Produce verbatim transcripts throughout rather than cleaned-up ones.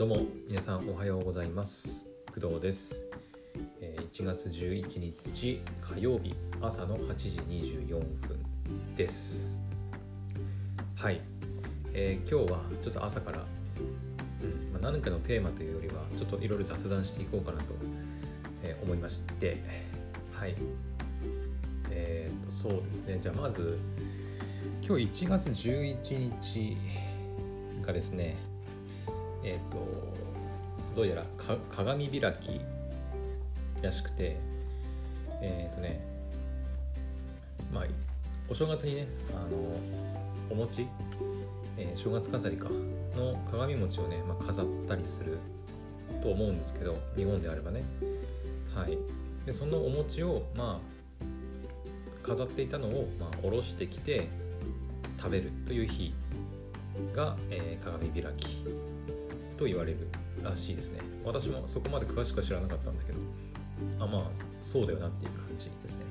どうも皆さんおはようございます。工藤です。いちがつじゅういちにち火曜日朝のはちじにじゅうよんぷんです。はい、えー、今日はちょっと朝から、うんまあ、何かのテーマというよりはちょっといろいろ雑談していこうかなと、えー、思いまして、はいえーとそうですねじゃあまず今日いちがつじゅういちにちがですねえーとどうやらか鏡開きらしくてえっ、ー、とねまあお正月にねあのお餅、えー、正月飾りかの鏡餅をね、まあ、飾ったりすると思うんですけど、日本であればねはいでそのお餅をまあ飾っていたのを、まあ、下ろしてきて食べるという日が、えー、鏡開きと言われるらしいですね。私もそこまで詳しくは知らなかったんだけど、あまあそうだよなっていう感じですね。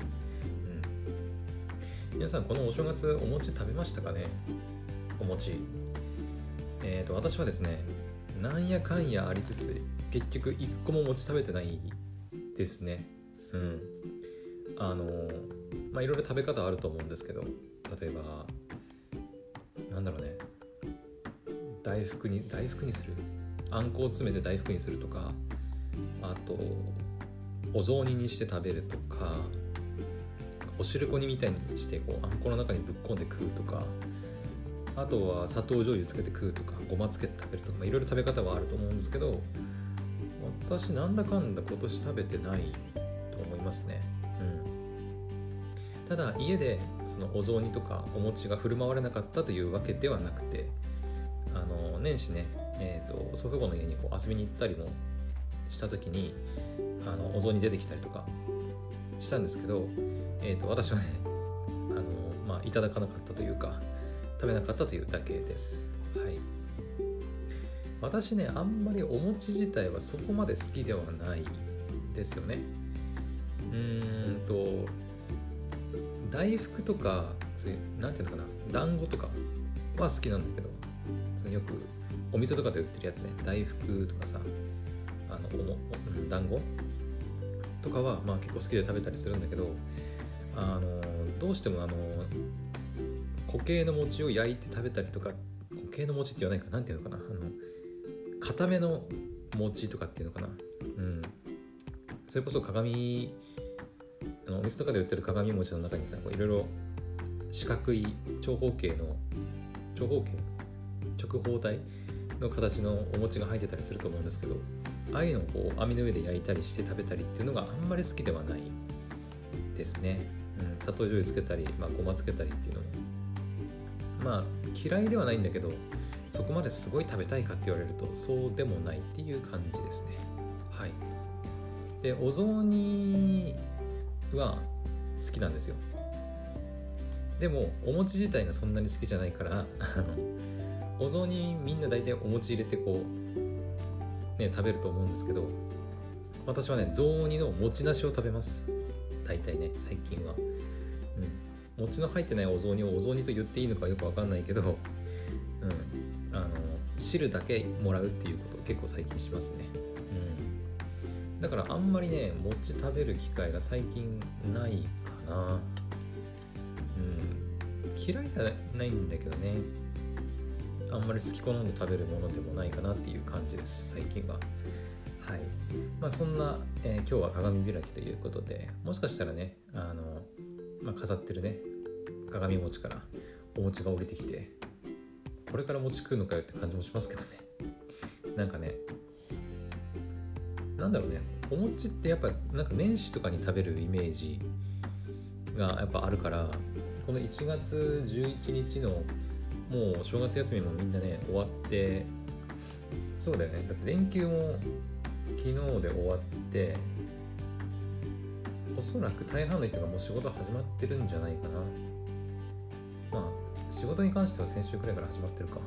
うん、皆さんこのお正月お餅食べましたかね？お餅。えっと私はですね、なんやかんやありつつ結局一個も餅食べてないですね。うん。あのまあいろいろ食べ方あると思うんですけど、例えばなんだろうね。大福に大福にするあんこを詰めて大福にするとか、あとお雑煮にして食べるとか、お汁粉煮みたいにしてこうあんこの中にぶっこんで食うとか、あとは砂糖醤油つけて食うとか、ごまつけて食べるとか、まあ、いろいろ食べ方はあると思うんですけど、私なんだかんだ今年食べてないと思いますね。うん、ただ家でそのお雑煮とかお餅が振る舞われなかったというわけではなくて、あの年始ね、えー、と祖父母の家にこう遊びに行ったりもした時にあのお雑煮出てきたりとかしたんですけど、えー、と私はねあの、まあ、いただかなかったというか食べなかったというだけです。はい、私ねあんまりお餅自体はそこまで好きではないですよね。うーんと大福とかそういうなんていうのかな団子とかは好きなんだけど、よくお店とかで売ってるやつね、大福とかさ、あのおもお団子とかはまあ結構好きで食べたりするんだけど、あのどうしてもあの固形の餅を焼いて食べたりとか、固形の餅って言わないかなんていうのかな、あの固めの餅とかっていうのかな、うん、それこそ鏡あのお店とかで売ってる鏡餅の中にさ、いろいろ四角い長方形の長方形直方体の形のお餅が入ってたりすると思うんですけど、ああいうのをこう網の上で焼いたりして食べたりっていうのがあんまり好きではないですね。うん、砂糖醤油つけたり、まあ、ごまつけたりっていうのもまあ嫌いではないんだけど、そこまですごい食べたいかって言われるとそうでもないっていう感じですね。はい。でお雑煮は好きなんですよ。でもお餅自体がそんなに好きじゃないからあのお雑煮みんな大体お餅入れてこうね食べると思うんですけど、私はね雑煮の餅なしを食べます。大体ね最近は、うん、餅の入ってないお雑煮をお雑煮と言っていいのかよくわかんないけど、うん、あの汁だけもらうっていうことを結構最近しますね。うん、だからあんまりね餅食べる機会が最近ないかな。うん、嫌いじゃないんだけどね、あんまり好き好んで食べるものでもないかなっていう感じです最近は。はい。まあそんな、えー、今日は鏡開きということで、もしかしたらねあの、まあ、飾ってるね鏡餅からお餅が降りてきて、これから餅食うのかよって感じもしますけどね。なんかねなんだろうねお餅ってやっぱなんか年始とかに食べるイメージがやっぱあるから、このいちがつじゅういちにちのもう正月休みもみんなね終わって、そうだよね、だって連休も昨日で終わって、おそらく大半の人がもう仕事始まってるんじゃないかな。まあ仕事に関しては先週くらいから始まってるか。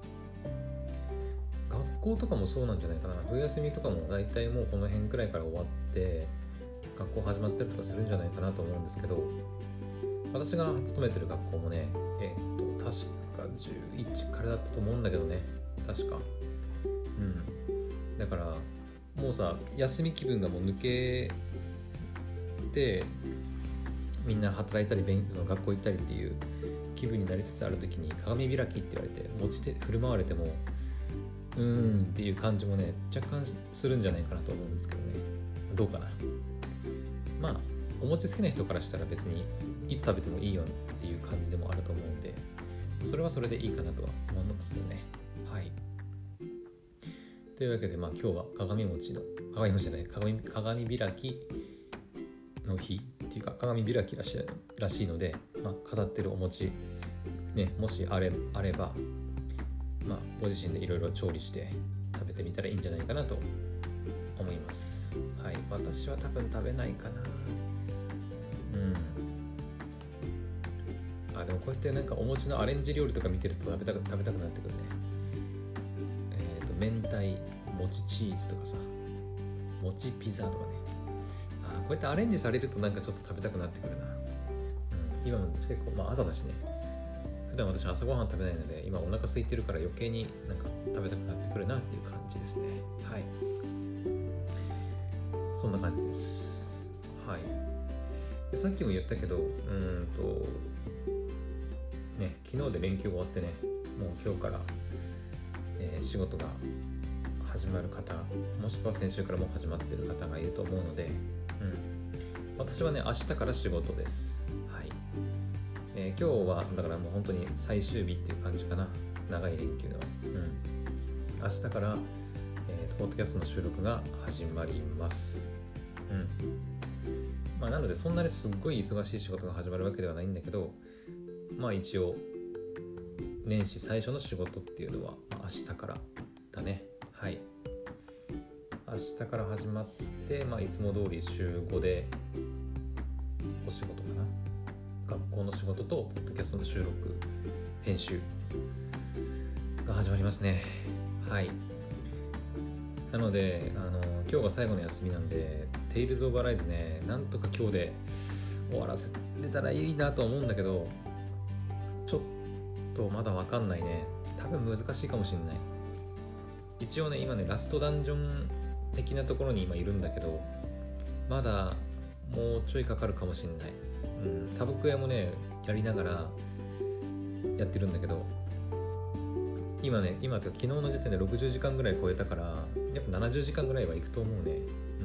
学校とかもそうなんじゃないかな。冬休みとかも大体もうこの辺くらいから終わって学校始まってるとかするんじゃないかなと思うんですけど、私が勤めてる学校もねえー、っと確かじゅういちからだったと思うんだけどね、確かうんだからもうさ、休み気分がもう抜けて、みんな働いたり勉その学校行ったりっていう気分になりつつある時に鏡開きって言われて持ち手振る舞われてもうーんっていう感じもね若干するんじゃないかなと思うんですけどね。どうかな。まあお餅好きな人からしたら別にいつ食べてもいいよっていう感じでもあると思うんで、それはそれでいいかなとは思いますけどね。はい。というわけで、まあ今日は鏡餅の鏡餅じゃない鏡鏡開きの日っていうか鏡開きらしいらしいので、まあ、飾ってるお餅ね、もしあれあれば、まあご自身でいろいろ調理して食べてみたらいいんじゃないかなと思います。はい。私は多分食べないかな。うん。あ、でもこうやってなんかお餅のアレンジ料理とか見てると食べたく食べたくなってくるね。えっと明太餅チーズとかさ、餅ピザとかね。あ、こうやってアレンジされるとなんかちょっと食べたくなってくるな。うん。今も結構まあ朝だしね。普段私朝ごはん食べないので今お腹空いてるから余計になんか食べたくなってくるなっていう感じですね。はい。そんな感じです。はい。でさっきも言ったけど、うーんとね、昨日で連休終わってね、もう今日から、えー、仕事が始まる方、もしくは先週からもう始まってる方がいると思うので、うん、私はね明日から仕事です。はい。えー、今日はだからもう本当に最終日っていう感じかな。長い連休の、うん、明日から、えーと、ポッドキャストの収録が始まります。うん。まあなのでそんなにすっごい忙しい仕事が始まるわけではないんだけど、まあ一応年始最初の仕事っていうのは、まあ、明日からだね。はい。明日から始まって、まあいつも通り週ごでお仕事かな。学校の仕事とポッドキャストの収録、編集が始まりますね。はい。なので、あの今日が最後の休みなんで、テイルズ・オブ・アライズね、なんとか今日で終わらせれたらいいなと思うんだけど、ちょっとまだわかんないね。多分難しいかもしれない。一応ね、今ね、ラストダンジョン的なところに今いるんだけど、まだもうちょいかかるかもしれない。うん、サブクエもね、やりながらやってるんだけど、今ね、今と昨日の時点でろくじゅうじかんぐらい超えたから、やっぱななじゅうじかんぐらいはいくと思うね。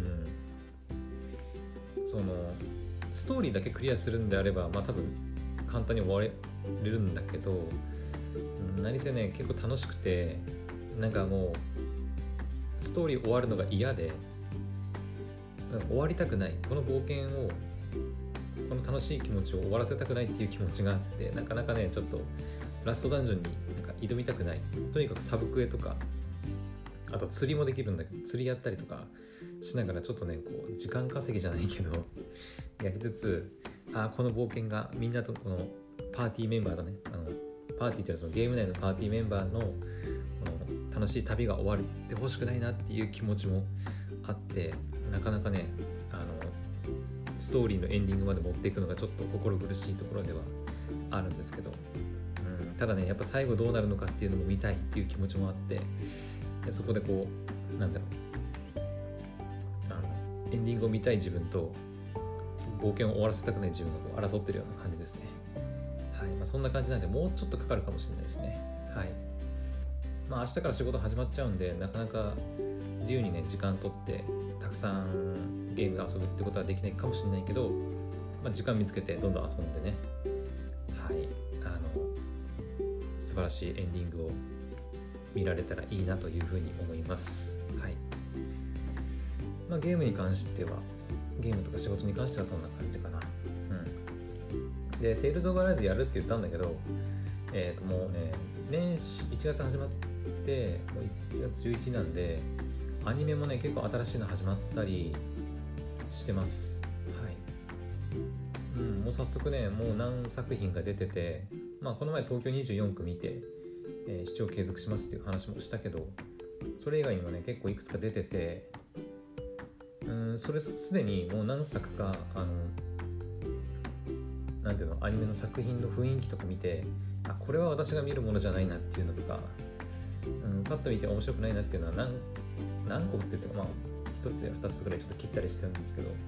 うん。そのストーリーだけクリアするんであれば、まあ多分簡単に終われるんだけど、うん、何せね結構楽しくて、なんかもうストーリー終わるのが嫌で、なんか終わりたくない、この冒険を、この楽しい気持ちを終わらせたくないっていう気持ちがあって、なかなかねちょっとラストダンジョンになんか挑みたくない。とにかくサブクエとか、あと釣りもできるんだけど、釣りやったりとかしながらちょっとねこう時間稼ぎじゃないけどやりつつ、あ、この冒険がみんなとこのパーティーメンバーだね、あのパーティーっていうのはそのゲーム内のパーティーメンバーのこの楽しい旅が終わってほしくないなっていう気持ちもあって、なかなかねあのストーリーのエンディングまで持っていくのがちょっと心苦しいところではあるんですけど、うん、ただねやっぱ最後どうなるのかっていうのも見たいっていう気持ちもあって、でそこでこうなんだろう、あのエンディングを見たい自分と冒険を終わらせたくない自分がこう争ってるような感じですね。はい。まあ、そんな感じなんでもうちょっとかかるかもしれないですね。はい。まあ明日から仕事始まっちゃうんで、なかなか自由にね時間取ってたくさんゲームで遊ぶってことはできないかもしれないけど、まあ、時間見つけてどんどん遊んでね、はい、あの素晴らしいエンディングを見られたらいいなというふうに思います。はい。まあ、ゲームに関してはゲームとか仕事に関してはそんな感じかな。うん。で、テイルズ・オブ・アライズやるって言ったんだけど、えっともうね、年始いちがつ始まって、もういちがつじゅういちにちなんで、アニメもね、結構新しいの始まったりしてます。はい。うん、もう早速ね、もう何作品か出てて、まあこの前東京にじゅうよんく見て、えー、視聴継続しますっていう話もしたけど、それ以外にもね、結構いくつか出てて、うん、それすでにもう何作かあのなんていうのアニメの作品の雰囲気とか見て、あ、これは私が見るものじゃないなっていうのとか、うん、パッと見て面白くないなっていうのは何何個って言ってもまあひとつやふたつぐらいちょっと切ったりしてるんですけど、うん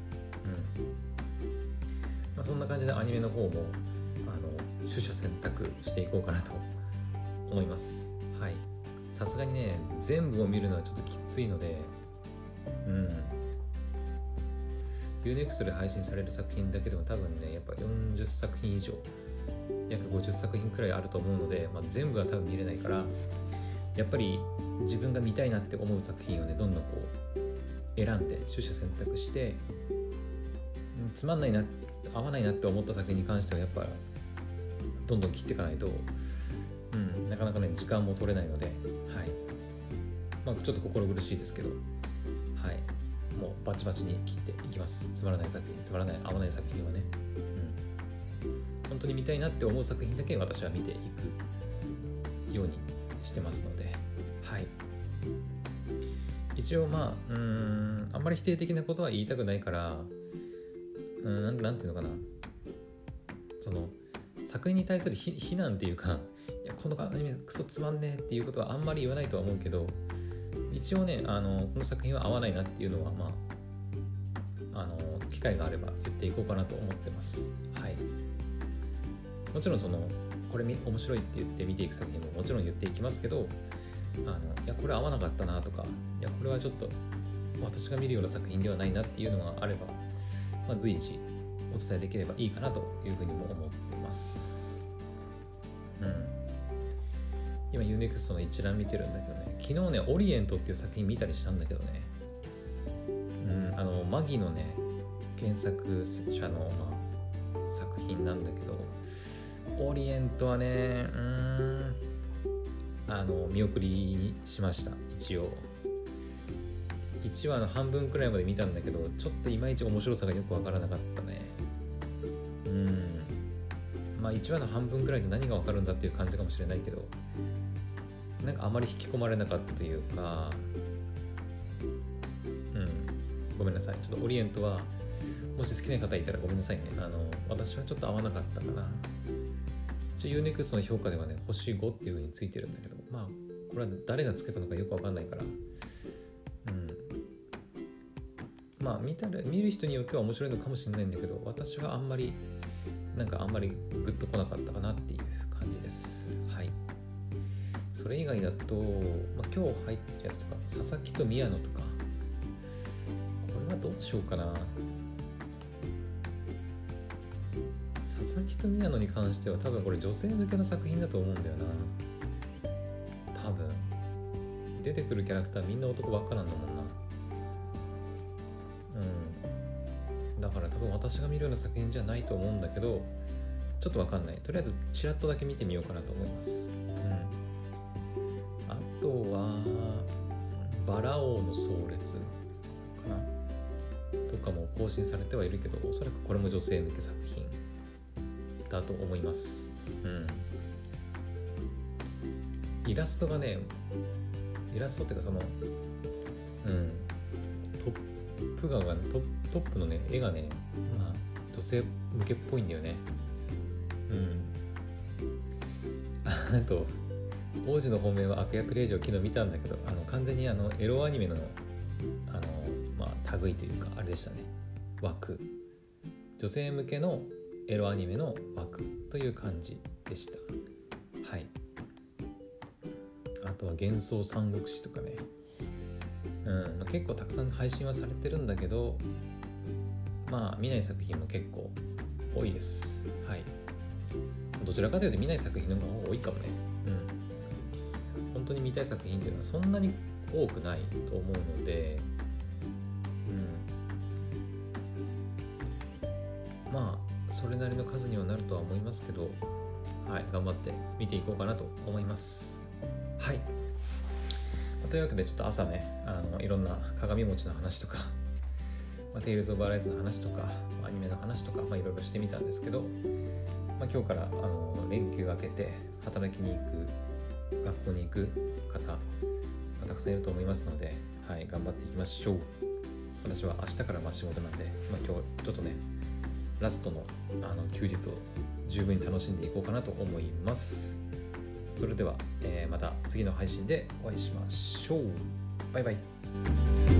まあ、そんな感じでアニメの方もあの取捨選択していこうかなと思います。はい。さすがにね全部を見るのはちょっときついので、うん。ユーネクスト で配信される作品だけでも多分ねやっぱよんじゅっさくひん以上、約ごじゅっさくひんくらいあると思うので、まあ、全部は多分見れないから、やっぱり自分が見たいなって思う作品をねどんどんこう選んで取捨選択して、つまんないな合わないなって思った作品に関してはやっぱどんどん切っていかないと、うん、なかなかね時間も取れないので、はい、まあちょっと心苦しいですけど、はい、もうバチバチに切っていきます。つまらない作品、つまらない合わない作品はね、うん、本当に見たいなって思う作品だけ私は見ていくようにしてますので、はい。一応まあうーんあんまり否定的なことは言いたくないから、うーんなんなんていうのかな、その作品に対する非難っていうか、いやこのアニメクソつまんねえっていうことはあんまり言わないとは思うけど、一応ねあのこの作品は合わないなっていうのはまああの機会があれば言っていこうかなと思ってます。はい。もちろんそのこれ面白いって言って見ていく作品ももちろん言っていきますけど、あのいやこれ合わなかったなとか、いやこれはちょっと私が見るような作品ではないなっていうのがあれば、まあ、随時お伝えできればいいかなというふうにも思ってます。うん。今 ユーネクスト の一覧見てるんだけどね、昨日ねオリエントっていう作品見たりしたんだけどね、うん、あのマギのね原作者の、まあ、作品なんだけど、オリエントはねうーんあの見送りにしました。一応いちわの半分くらいまで見たんだけど、ちょっといまいち面白さがよくわからなかったね。うんまあいちわの半分くらいで何がわかるんだっていう感じかもしれないけど、なんかあまり引き込まれなかったというか、うんごめんなさい。ちょっとオリエントはもし好きな方いたらごめんなさいね。あの私はちょっと合わなかったかな。ユーネクスト の評価ではね星ごっていう風についてるんだけど、まあこれは誰がつけたのかよくわかんないから、うんまあ見たら見る人によっては面白いのかもしれないんだけど、私はあんまりなんかあんまりグッとこなかったかなっていう感じです。はい。それ以外だと、まあ、今日入ってるやつとか佐々木と宮野とか、これはどうしようかな。佐々木と宮野に関しては多分これ女性向けの作品だと思うんだよな。多分出てくるキャラクターみんな男ばっかなんだもんな。うんだから多分私が見るような作品じゃないと思うんだけど、ちょっとわかんない。とりあえずチラッとだけ見てみようかなと思います。うんあとはバラ王の壮烈かなとかも更新されてはいるけど、おそらくこれも女性向け作品だと思います。うん。イラストがね、イラストっていうかその、うん、トップ画がトップ、トップのね絵がね、まあ女性向けっぽいんだよね。うん。あと王子の本命は悪役令嬢を昨日見たんだけど、あの完全にあのエロアニメのあのまあ類というかあれでしたね。枠。女性向けのエロアニメの枠という感じでした。はい。あとは幻想三国志とかね、うん、結構たくさん配信はされてるんだけど、まあ見ない作品も結構多いです。はい。どちらかというと見ない作品の方が多いかもね。うん。本当に見たい作品っていうのはそんなに多くないと思うので、うん。まあそれなりの数にはなるとは思いますけど、はい、頑張って見ていこうかなと思います。はい。というわけでちょっと朝ね、あのいろんな鏡餅の話とか、まあ、テイルズ・オブ・アライズの話とか、アニメの話とか、まあ、いろいろしてみたんですけど、まあ、今日からあの連休が明けて働きに行く、学校に行く方、まあ、たくさんいると思いますので、はい、頑張っていきましょう。私は明日からまあ仕事なんで、まあ、今日ちょっとね、ラストの、あの休日を十分に楽しんでいこうかなと思います。それでは、えー、また次の配信でお会いしましょう。バイバイ。 す。